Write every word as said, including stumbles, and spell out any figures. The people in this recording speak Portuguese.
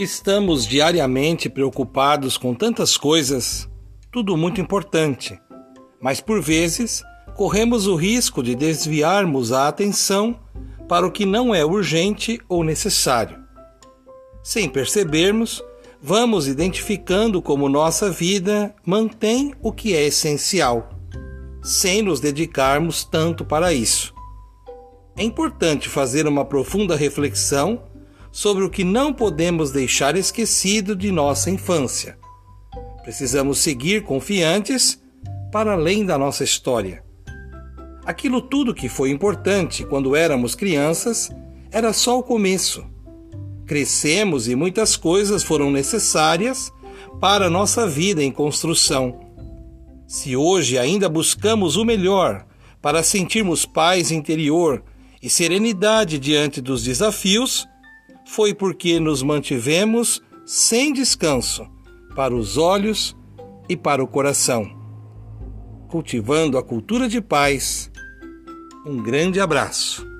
Estamos diariamente preocupados com tantas coisas, tudo muito importante, mas por vezes corremos o risco de desviarmos a atenção para o que não é urgente ou necessário. Sem percebermos, vamos identificando como nossa vida mantém o que é essencial, sem nos dedicarmos tanto para isso. É importante fazer uma profunda reflexão sobre o que não podemos deixar esquecido de nossa infância. Precisamos seguir confiantes para além da nossa história. Aquilo tudo que foi importante quando éramos crianças era só o começo. Crescemos e muitas coisas foram necessárias para a nossa vida em construção. Se hoje ainda buscamos o melhor para sentirmos paz interior e serenidade diante dos desafios, foi porque nos mantivemos sem descanso para os olhos e para o coração. Cultivando a cultura de paz. Um grande abraço.